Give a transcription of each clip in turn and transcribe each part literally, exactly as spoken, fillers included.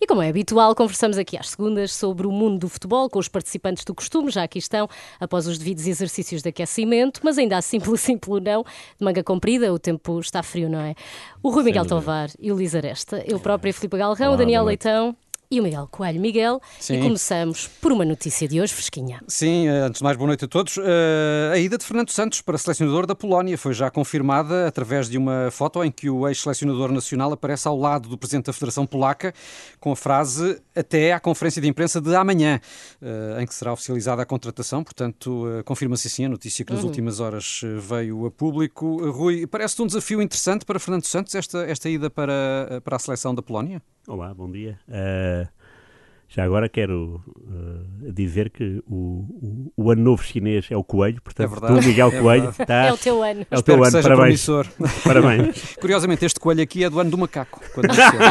E como é habitual, conversamos aqui às segundas sobre o mundo do futebol com os participantes do costume, já aqui estão, após os devidos exercícios de aquecimento, mas ainda assim, pelo simples não, de manga comprida, o tempo está frio, não é? O Rui Miguel Tovar e o Luís Aresta, eu própria, Filipe Galrão, o Daniel Leitão e o Miguel Coelho. Miguel, Sim. E começamos por uma notícia de hoje fresquinha. Sim, antes de mais, boa noite a todos. Uh, a ida de Fernando Santos para selecionador da Polónia foi já confirmada através de uma foto em que o ex-selecionador nacional aparece ao lado do presidente da Federação Polaca com a frase até à conferência de imprensa de amanhã, uh, em que será oficializada a contratação. Portanto, uh, confirma-se assim a notícia que nas uhum. últimas horas veio a público. Uh, Rui, parece-te um desafio interessante para Fernando Santos esta, esta ida para, para a seleção da Polónia? Olá, bom dia. Uh, já agora quero uh, dizer que o, o, o ano novo chinês é o Coelho, portanto, é verdade, tu, Miguel é Coelho, tá, é o teu ano. É o teu ano, parabéns. Parabéns. Curiosamente, este coelho aqui é do ano do macaco. Quando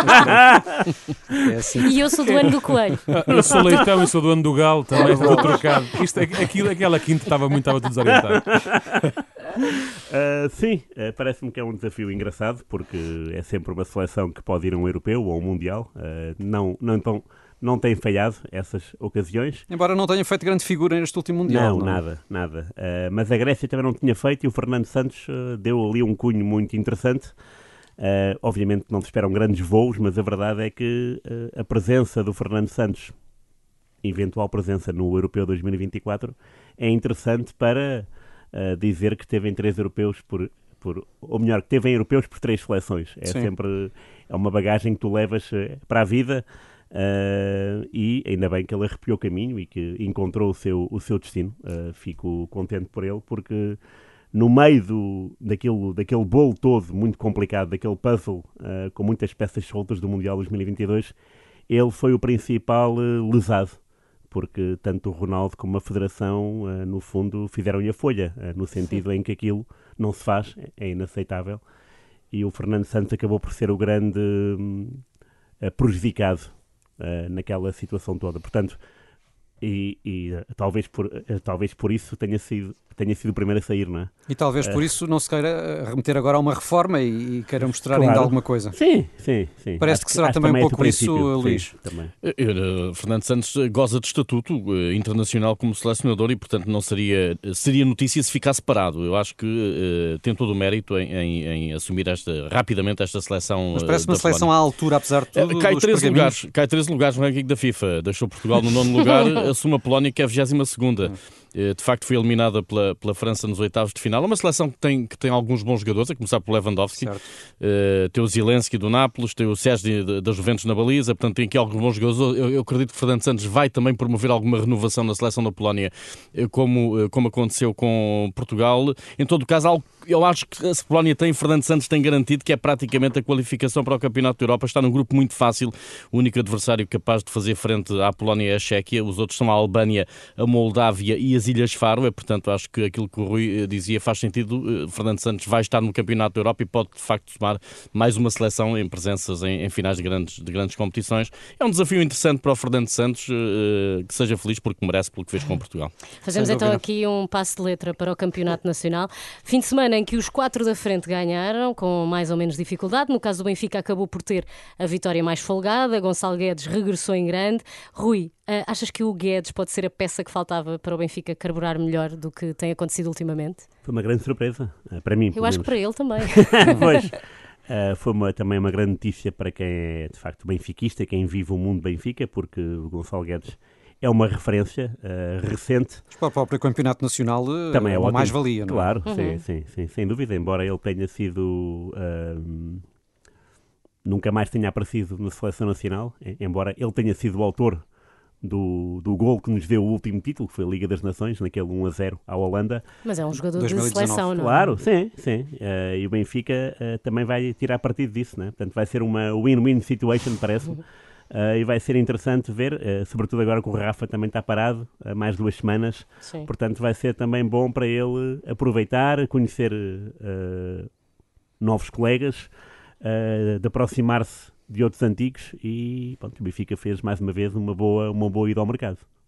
é assim. E eu sou do ano do coelho. Eu sou Leitão e sou do ano do galo, também estou trocado. Isto, aquilo, aquela quinta estava muito, estava tudo desorientado. Uh, sim, uh, parece-me que é um desafio engraçado, porque é sempre uma seleção que pode ir a um europeu ou a um mundial. Uh, não, não, então, não tem falhado essas ocasiões. Embora não tenha feito grande figura neste último mundial. Não, não? nada, nada. Uh, mas a Grécia também não tinha feito e o Fernando Santos uh, deu ali um cunho muito interessante. Uh, obviamente não se esperam grandes voos, mas a verdade é que uh, a presença do Fernando Santos, eventual presença no Europeu dois mil e vinte e quatro, é interessante para uh, dizer que teve em três europeus por, por... Ou melhor, que teve em europeus por três seleções. É Sim. sempre é uma bagagem que tu levas uh, para a vida uh, e ainda bem que ele arrepiou o caminho e que encontrou o seu, o seu destino. Uh, fico contente por ele, porque no meio do, daquele, daquele bolo todo muito complicado, daquele puzzle uh, com muitas peças soltas do Mundial dois mil e vinte e dois, ele foi o principal uh, lesado, porque tanto o Ronaldo como a Federação, uh, no fundo, fizeram-lhe a folha, uh, no sentido Sim. em que aquilo não se faz, é inaceitável, e o Fernando Santos acabou por ser o grande uh, prejudicado uh, naquela situação toda. Portanto, e, e uh, talvez, por, uh, talvez por isso tenha sido, tenha sido o primeiro a sair, não é? E talvez por isso não se queira remeter agora a uma reforma e, e queira mostrar claro. ainda alguma coisa. Sim, sim, sim. Parece acho, que será também um pouco isso, Luís. Também. Uh, Fernando Santos goza de estatuto uh, internacional como selecionador e, portanto, não seria, seria notícia se ficasse parado. Eu acho que uh, tem todo o mérito em, em, em assumir esta, rapidamente esta seleção. Mas parece uh, uma seleção Polónia. à altura, apesar de tudo. Uh, cai, três lugares, cai três lugares no ranking da FIFA. Deixou Portugal no nono lugar, assume a Polónia, que é a vigésima segunda. De facto foi eliminada pela, pela França nos oitavos de final. É uma seleção que tem, que tem alguns bons jogadores, a começar por Lewandowski. Uh, tem o Zielinski do Nápoles, tem o Sérgio da Juventus na baliza, portanto tem aqui alguns bons jogadores. Eu, eu acredito que Fernando Santos vai também promover alguma renovação na seleção da Polónia, como, como aconteceu com Portugal. Em todo caso, algo, eu acho que a Polónia tem, Fernando Santos tem garantido que é praticamente a qualificação para o Campeonato da Europa. Está num grupo muito fácil. O único adversário capaz de fazer frente à Polónia é a Chequia. Os outros são a Albânia, a Moldávia e as Ilhas Faro. É, portanto, acho que aquilo que o Rui dizia faz sentido. Fernando Santos vai estar no Campeonato da Europa e pode, de facto, tomar mais uma seleção em presenças em, em finais de grandes, de grandes competições. É um desafio interessante para o Fernando Santos, uh, que seja feliz porque merece pelo que fez com Portugal. Fazemos então aqui um passo de letra para o Campeonato Nacional. Fim de semana em que os quatro da frente ganharam, com mais ou menos dificuldade. No caso do Benfica, acabou por ter a vitória mais folgada. Gonçalo Guedes regressou em grande. Rui, Uh, achas que o Guedes pode ser a peça que faltava para o Benfica carburar melhor do que tem acontecido ultimamente? Foi uma grande surpresa, uh, para mim. Eu acho que para ele também. Pois, uh, foi uma, também uma grande notícia para quem é, de facto, benfiquista, quem vive o mundo Benfica, porque o Gonçalo Guedes é uma referência uh, recente. Mas para o próprio Campeonato Nacional uh, também é uma mais-valia, não é? Claro, uhum. sim, sim, sim, sem dúvida, embora ele tenha sido... Uh, nunca mais tenha aparecido na Seleção Nacional, embora ele tenha sido o autor Do, do gol que nos deu o último título, que foi a Liga das Nações, naquele um a zero à Holanda. Mas é um jogador dois mil e dezanove. De seleção, não é? Claro, sim, sim. Uh, e o Benfica uh, também vai tirar partido disso, né? Portanto, vai ser uma win-win situation, parece-me. Uh, e vai ser interessante ver, uh, sobretudo agora que o Rafa também está parado há mais duas semanas. Sim. Portanto, vai ser também bom para ele aproveitar, conhecer uh, novos colegas, uh, de aproximar-se de outros antigos e pronto, o Benfica fez mais uma vez uma boa, uma boa ida ao mercado.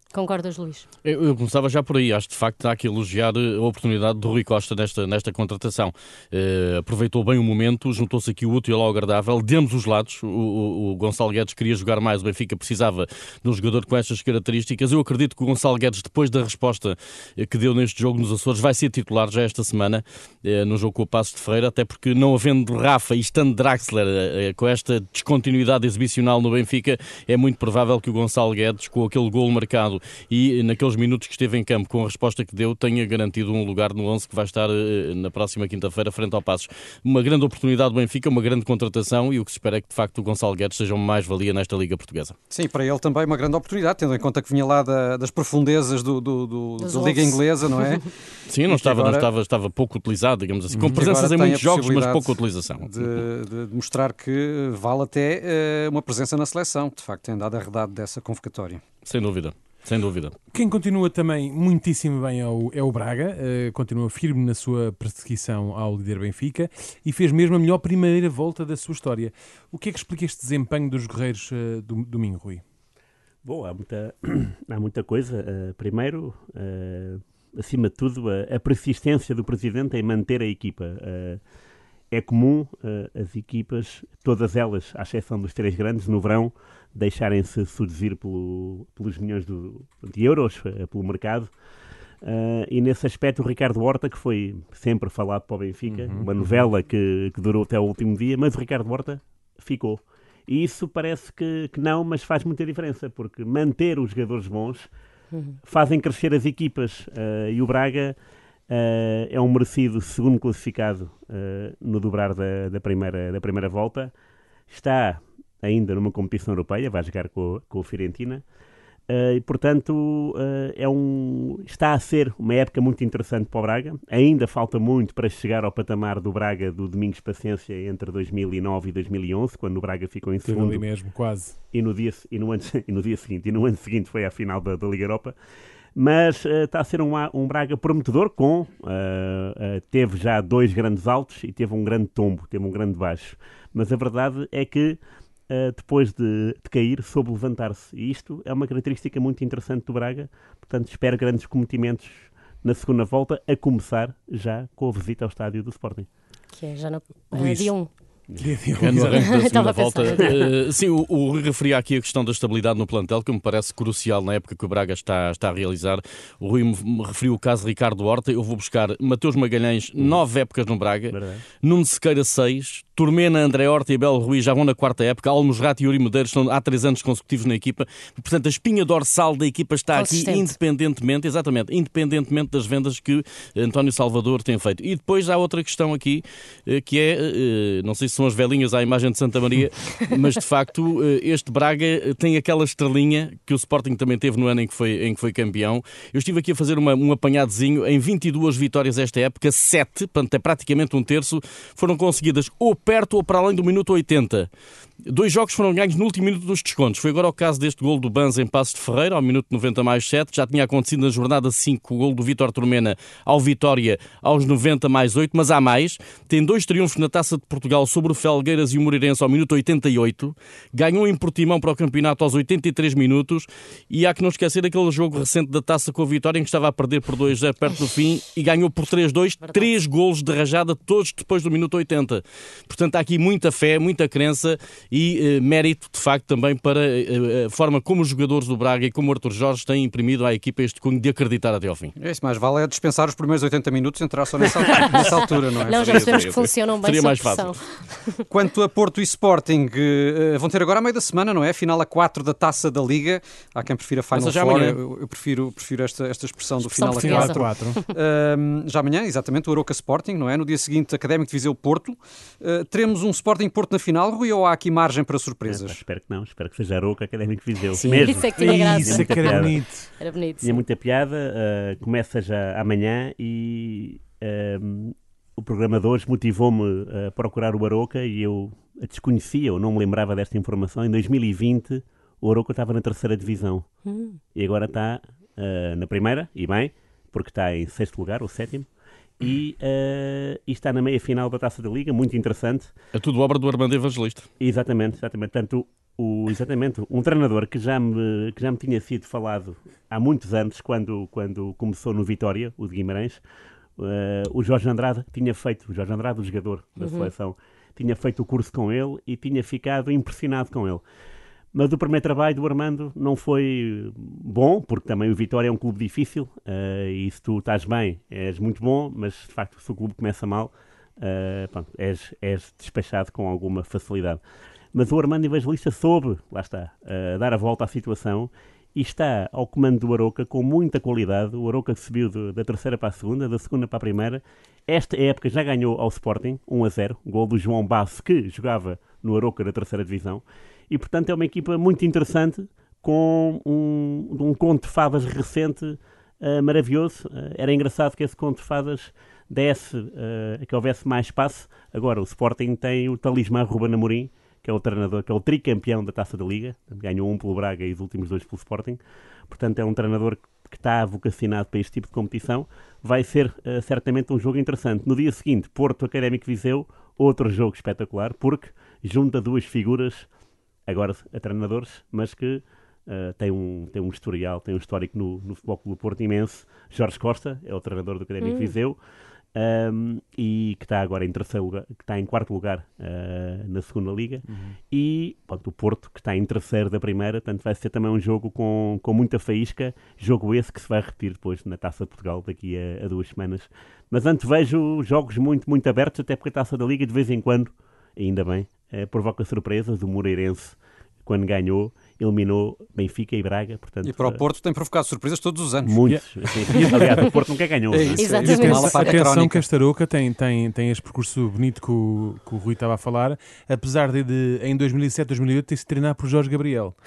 Concordas, Luís? Eu, eu começava já por aí. Acho que, de facto, há que elogiar a oportunidade do Rui Costa nesta, nesta contratação. Uh, aproveitou bem o momento, juntou-se aqui o útil ao agradável, demos os lados. O, o, o Gonçalo Guedes queria jogar mais, o Benfica precisava de um jogador com estas características. Eu acredito que o Gonçalo Guedes, depois da resposta que deu neste jogo nos Açores, vai ser titular já esta semana, uh, no jogo com o Passos de Ferreira, até porque não havendo Rafa e estando Draxler uh, com esta descontinuidade exibicional no Benfica, é muito provável que o Gonçalo Guedes, com aquele golo marcado e naqueles minutos que esteve em campo, com a resposta que deu, tenha garantido um lugar no onze que vai estar uh, na próxima quinta-feira frente ao Passos. Uma grande oportunidade do Benfica, uma grande contratação, e o que se espera é que, de facto, o Gonçalo Guedes seja uma mais-valia nesta Liga Portuguesa. Sim, para ele também uma grande oportunidade, tendo em conta que vinha lá da, das profundezas do, do, do, da Liga Inglesa, não é? Sim, não, estava, agora... não estava, estava pouco utilizado, digamos assim, com presenças em muitos jogos, mas pouca utilização. De, de, de mostrar que vale até uh, uma presença na seleção, de facto, tem andado arredado dessa convocatória. Sem dúvida. Sem dúvida. Quem continua também muitíssimo bem é o, é o Braga, uh, continua firme na sua perseguição ao líder Benfica e fez mesmo a melhor primeira volta da sua história. O que é que explica este desempenho dos guerreiros uh, do domingo, Rui? Bom, há muita, há muita coisa. Uh, primeiro, uh, acima de tudo, a, a persistência do Presidente em manter a equipa. Uh, é comum uh, as equipas, todas elas, à exceção dos três grandes, no verão, deixarem-se seduzir pelo, pelos milhões do, de euros, pelo mercado. Uh, e nesse aspecto o Ricardo Horta, que foi sempre falado para o Benfica, uhum, uma novela que, que durou até o último dia, mas o Ricardo Horta ficou. E isso parece que, que não, mas faz muita diferença, porque manter os jogadores bons uhum. fazem crescer as equipas. Uh, e o Braga uh, é um merecido segundo classificado uh, no dobrar da, da, primeira, da primeira volta. Está ainda numa competição europeia, vai jogar com, com a Fiorentina, uh, e portanto uh, é um, está a ser uma época muito interessante para o Braga. Ainda falta muito para chegar ao patamar do Braga do Domingos Paciência entre dois mil e nove e dois mil e onze, quando o Braga ficou em segundo. Ali mesmo, quase. E no dia, e no ano, e no dia seguinte, e no ano seguinte foi à final da, da Liga Europa. Mas uh, está a ser um, um Braga prometedor, com, uh, uh, teve já dois grandes altos e teve um grande tombo, teve um grande baixo. Mas a verdade é que Uh, depois de, de cair, soube levantar-se. E isto é uma característica muito interessante do Braga. Portanto, espero grandes cometimentos na segunda volta, a começar já com a visita ao estádio do Sporting. Que é já no uh, dia um. É no arranque da segunda volta. Uh, sim, o, o Rui referia aqui a questão da estabilidade no plantel, que me parece crucial na época que o Braga está, está a realizar. O Rui me, me referiu o caso de Ricardo Horta. Eu vou buscar Mateus Magalhães, nove épocas no Braga. Verdade. Nuno Sequeira, seis. Turmena, André Horta e Belo Ruiz já vão na quarta época. Almos-Rato e Yuri Medeiros estão há três anos consecutivos na equipa. Portanto, a espinha dorsal da equipa está aqui, independentemente, exatamente, independentemente das vendas que António Salvador tem feito. E depois há outra questão aqui, que é, não sei se são as velhinhas à imagem de Santa Maria, mas de facto este Braga tem aquela estrelinha que o Sporting também teve no ano em que foi, em que foi campeão. Eu estive aqui a fazer uma, um apanhadozinho. Em vinte e duas vitórias esta época, sete, portanto é praticamente um terço, foram conseguidas ou perto ou para além do minuto oitenta. Dois jogos foram ganhos no último minuto dos descontos. Foi agora o caso deste golo do Banza em Passos de Ferreira, ao minuto noventa mais sete. Já tinha acontecido na jornada cinco o golo do Vítor Turmena ao Vitória aos noventa mais oito, mas há mais. Tem dois triunfos na Taça de Portugal sobre o Felgueiras e o Moreirense ao minuto oitenta e oito. Ganhou em Portimão para o campeonato aos oitenta e três minutos. E há que não esquecer aquele jogo recente da Taça com a Vitória, em que estava a perder por dois a zero perto do fim e ganhou por três a dois. Três golos de rajada, todos depois do minuto oitenta. Portanto, há aqui muita fé, muita crença e uh, mérito, de facto, também para uh, a forma como os jogadores do Braga e como o Artur Jorge têm imprimido à equipa este cunho de acreditar até ao fim. É isso, mais vale é dispensar os primeiros oitenta minutos e entrar só nessa, nessa altura, não é? Não, já percebemos que funcionam bem sob pressão. Quanto a Porto e Sporting, uh, vão ter agora a meio da semana, não é? Final a quatro da Taça da Liga. Há quem prefira Final Four, eu, eu prefiro, prefiro esta, esta expressão do expressão final a quatro. Uh, já amanhã, exatamente, o Arouca Sporting, não é? No dia seguinte, Académico de Viseu Porto. Uh, teremos um Sporting Porto na final, Rui, ou há aqui margem para surpresas? É, espero que não, espero que seja Arouca, Académico de Viseu. Sim, mesmo. isso é que tinha graça. Isso é que era bonito. Era bonito. Tinha muita piada, uh, começa já amanhã e uh, o programa de hoje motivou-me a procurar o Arouca e eu a desconhecia, eu não me lembrava desta informação. Em dois mil e vinte o Arouca estava na terceira divisão hum. e agora está uh, na primeira, e bem, porque está em sexto lugar, ou sétimo. e, uh, e está na meia-final da Taça da Liga, muito interessante. É tudo obra do Armando Evangelista. Exatamente, exatamente. Portanto, o, exatamente, um treinador que já, me, que já me tinha sido falado há muitos anos, quando, quando começou no Vitória, o de Guimarães, uh, o Jorge Andrade tinha feito, o Jorge Andrade, o jogador da uhum. seleção, tinha feito o curso com ele e tinha ficado impressionado com ele. Mas o primeiro trabalho do Armando não foi bom, porque também o Vitória é um clube difícil, uh, e se tu estás bem, és muito bom, mas de facto se o clube começa mal, uh, pronto, és, és despachado com alguma facilidade. Mas o Armando Evangelista soube, lá está, uh, dar a volta à situação e está ao comando do Arouca com muita qualidade. O Arouca subiu de, da terceira para a segunda, da segunda para a primeira. Esta época já ganhou ao Sporting, um a zero, gol do João Basso, que jogava no Arouca da terceira divisão. E, portanto, é uma equipa muito interessante, com um, um conto de fadas recente, uh, maravilhoso. Uh, era engraçado que esse conto de fadas desse, uh, que houvesse mais espaço. Agora, o Sporting tem o talismã Ruben Amorim, que é o treinador, que é o tricampeão da Taça da Liga, ganhou um pelo Braga e os últimos dois pelo Sporting. Portanto, é um treinador que está vocacionado para este tipo de competição. Vai ser uh, certamente um jogo interessante. No dia seguinte, Porto Académico Viseu, outro jogo espetacular, porque junta duas figuras, agora a treinadores, mas que uh, tem, um, tem um historial, tem um histórico no, no Futebol Clube do Porto imenso. Jorge Costa é o treinador do Académico hum. Viseu, um, e que está agora em terceiro lugar, que está em quarto lugar uh, na segunda liga, uhum. e pronto, o Porto, que está em terceiro da primeira. Portanto, vai ser também um jogo com, com muita faísca, jogo esse que se vai repetir depois na Taça de Portugal daqui a, a duas semanas. Mas antes vejo jogos muito, muito abertos, até porque a Taça da Liga de vez em quando, ainda bem, uh, provoca surpresas. O Moreirense, quando ganhou, eliminou Benfica e Braga. Portanto, e para o Porto tem provocado surpresas todos os anos. Muitos. Yeah. Aliás, o Porto nunca ganhou. É isso, exatamente. É isso. Atenção que esta Arouca tem, tem, tem este percurso bonito que o, que o Rui estava a falar, apesar de, de em dois mil e sete, dois mil e oito ter-se treinado por Jorge Gabriel.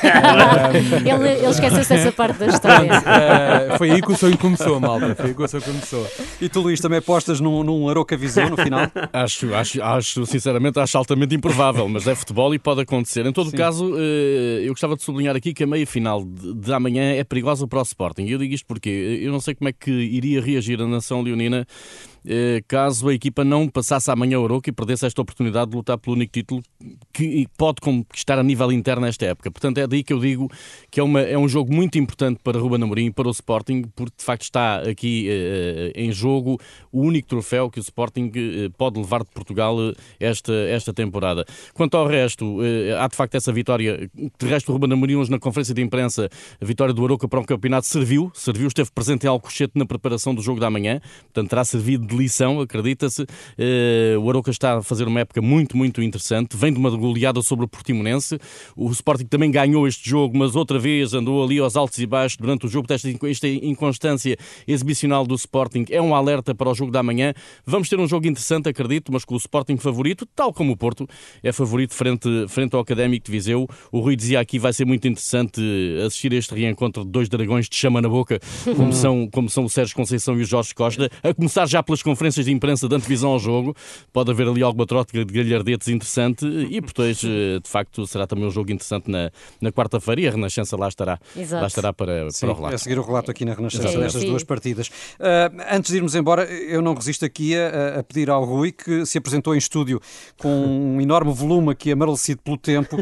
um, ele ele esqueceu-se essa parte da história. Uh, foi aí que o sonho começou, malta. Foi aí que o sonho começou. E tu, Luís, também apostas num, num Arouca Viseu no final? Acho, acho, acho, sinceramente, acho altamente improvável, mas é futebol e pode acontecer. Em todo o caso, eu gostava de sublinhar aqui que a meia-final de, de amanhã é perigosa para o Sporting. Eu digo isto porque eu não sei como é que iria reagir a nação leonina caso a equipa não passasse amanhã ao Arouca e perdesse esta oportunidade de lutar pelo único título que pode conquistar a nível interno nesta época. Portanto, é daí que eu digo que é, uma, é um jogo muito importante para Ruben Amorim e para o Sporting, porque de facto está aqui uh, em jogo o único troféu que o Sporting uh, pode levar de Portugal uh, esta, esta temporada. Quanto ao resto, uh, há de facto essa vitória. De resto, o Ruben Amorim hoje na conferência de imprensa, a vitória do Arouca para um campeonato serviu, serviu, esteve presente em Alcochete na preparação do jogo da manhã, portanto terá servido de lição, acredita-se. Uh, o Arouca está a fazer uma época muito, muito interessante, vem de uma goleada sobre o Portimonense. O Sporting também ganhou este jogo, mas outra vez andou ali aos altos e baixos durante o jogo. Esta, esta inconstância exibicional do Sporting é um alerta para o jogo da manhã. Vamos ter um jogo interessante, acredito, mas com o Sporting favorito, tal como o Porto é favorito frente, frente ao Académico de Viseu. O Rui dizia aqui, vai ser muito interessante assistir a este reencontro de dois dragões de chama na boca, como são, como são o Sérgio Conceição e o Jorge Costa, a começar já pelas conferências de imprensa de antevisão ao jogo. Pode haver ali alguma troca de galhardetes interessante e, depois, de facto, será também um jogo interessante na, na quarta-feira e a Renascença lá estará, lá estará para, Sim, para o relato. É seguir o relato aqui na Renascença Sim, nestas sim. duas partidas. Uh, antes de irmos embora, eu não resisto aqui a, a pedir ao Rui, que se apresentou em estúdio com um enorme volume aqui amarelecido pelo tempo.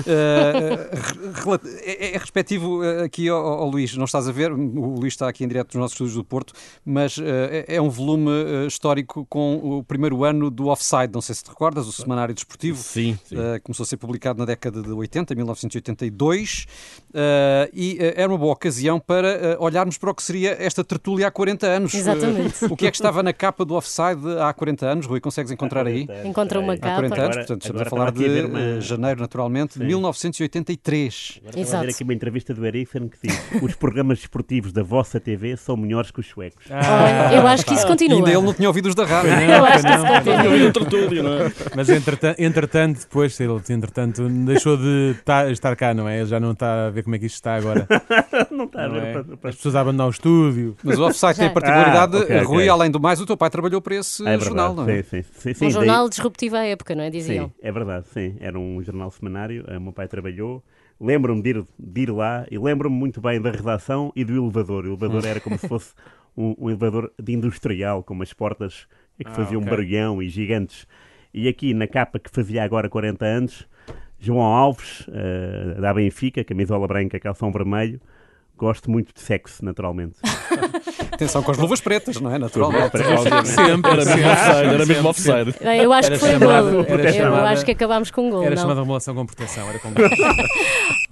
Uh, é, é respectivo aqui ao, ao Luís, não estás a ver? O Luís está aqui em direto dos nossos estúdios do Porto, mas uh, é, é um volume uh, histórico com o primeiro ano do Offside. Não sei se te recordas, o semanário desportivo. Sim, sim. Uh, começou a ser publicado na década de oitenta, mil novecentos e oitenta e dois, uh, e uh, era uma boa ocasião para uh, olharmos para o que seria esta tertúlia há quarenta anos. Exatamente. Uh, o que é que estava na capa do Offside há quarenta anos? Rui, consegues encontrar aí? Encontra uma Há capa. quarenta anos, Agora- portanto, estamos agora a falar estava de aqui a ver uma- uh, janeiro, naturalmente, de mil novecentos e oitenta e três. Agora estava a Exato. ver aqui uma entrevista do Ericsson que diz: os programas desportivos da vossa T V são melhores que os suecos. Olha, eu acho que isso continua. Ainda ele não tinha ouvido os da rádio. Eu acho que isso Não, continua. E o tertúlio, não é? Mas entretanto, entretanto, depois, ele entretanto, deixou de ta- estar cá, não é? Ele já não está a ver como é que isto está agora. Não está a Não ver. é? para- para- As pessoas a abandonar o estúdio. Mas o Offside tem a Já. particularidade, Ah, ok, ok. Rui, além do mais, o teu pai trabalhou para esse É verdade, jornal, não é? sim, sim, sim, sim, Um daí- jornal disruptivo à época, não é? Diziam. Sim, é verdade, sim. Era um jornal semanário, o meu pai trabalhou. Lembro-me de ir, de ir lá e lembro-me muito bem da redação e do elevador. O elevador era como se fosse um, um elevador de industrial, com umas portas que Ah, faziam ok. um barulhão e gigantes. E aqui na capa que fazia agora quarenta anos, João Alves, uh, da Benfica, camisola branca, calção vermelho. Gosto muito de sexo, naturalmente. Atenção com as luvas pretas, não é? Naturalmente. Sempre, Era mesmo sempre, offside, era mesmo sempre, offside. Bem, eu acho Era que foi chamada- golo. era Eu chamada- acho que acabámos com um golo. Era não? chamada remolação com proteção. Era com...